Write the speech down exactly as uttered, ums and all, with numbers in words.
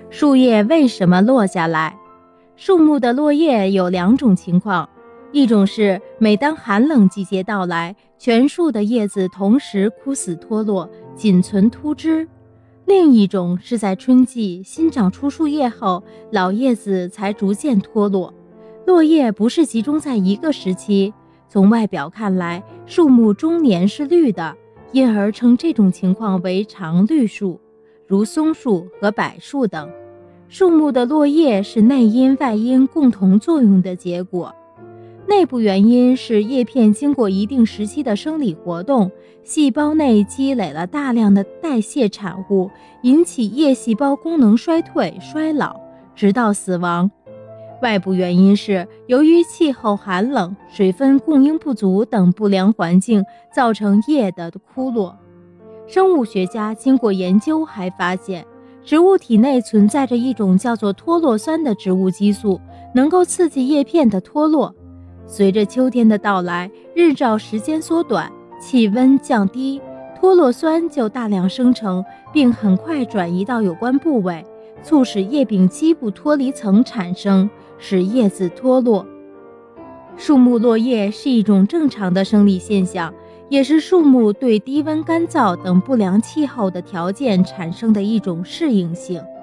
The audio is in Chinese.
树叶为什么落下来？树木的落叶有两种情况，一种是每当寒冷季节到来，全树的叶子同时枯死脱落，仅存秃枝；另一种是在春季新长出树叶后，老叶子才逐渐脱落。落叶不是集中在一个时期，从外表看来，树木终年是绿的，因而称这种情况为常绿树，如松树和柏树等。树木的落叶是内因外因共同作用的结果。内部原因是叶片经过一定时期的生理活动，细胞内积累了大量的代谢产物，引起叶细胞功能衰退衰老，直到死亡。外部原因是由于气候寒冷、水分供应不足等不良环境造成叶的枯落。生物学家经过研究还发现，植物体内存在着一种叫做脱落酸的植物激素，能够刺激叶片的脱落。随着秋天的到来，日照时间缩短，气温降低，脱落酸就大量生成，并很快转移到有关部位，促使叶柄基部脱离层产生，使叶子脱落。树木落叶是一种正常的生理现象，也是树木对低温干燥等不良气候的条件产生的一种适应性。